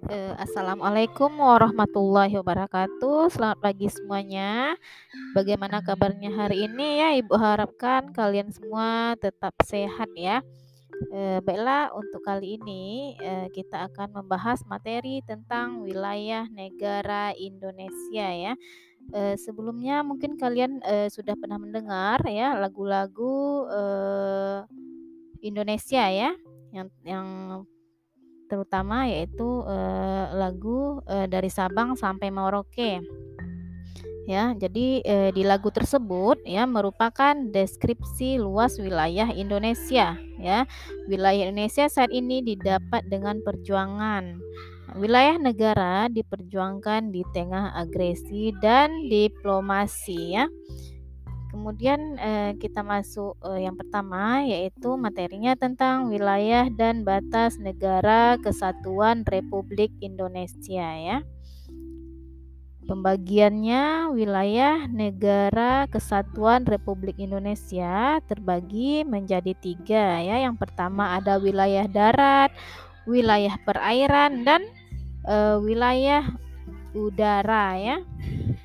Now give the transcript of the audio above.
Assalamualaikum warahmatullahi wabarakatuh. Selamat pagi semuanya. Bagaimana kabarnya hari ini ya? Ibu harapkan kalian semua tetap sehat ya. Baiklah, untuk kali ini kita akan membahas materi tentang wilayah negara Indonesia ya. Sebelumnya mungkin kalian sudah pernah mendengar ya lagu-lagu Indonesia ya, yang terutama yaitu lagu dari Sabang sampai Merauke. Ya, jadi di lagu tersebut ya merupakan deskripsi luas wilayah Indonesia ya. Wilayah Indonesia saat ini didapat dengan perjuangan. Wilayah negara diperjuangkan di tengah agresi dan diplomasi ya. Kemudian kita masuk yang pertama, yaitu materinya tentang wilayah dan batas negara kesatuan Republik Indonesia ya. Pembagiannya, wilayah negara kesatuan Republik Indonesia terbagi menjadi 3 ya. Yang pertama ada wilayah darat, wilayah perairan, dan wilayah udara ya.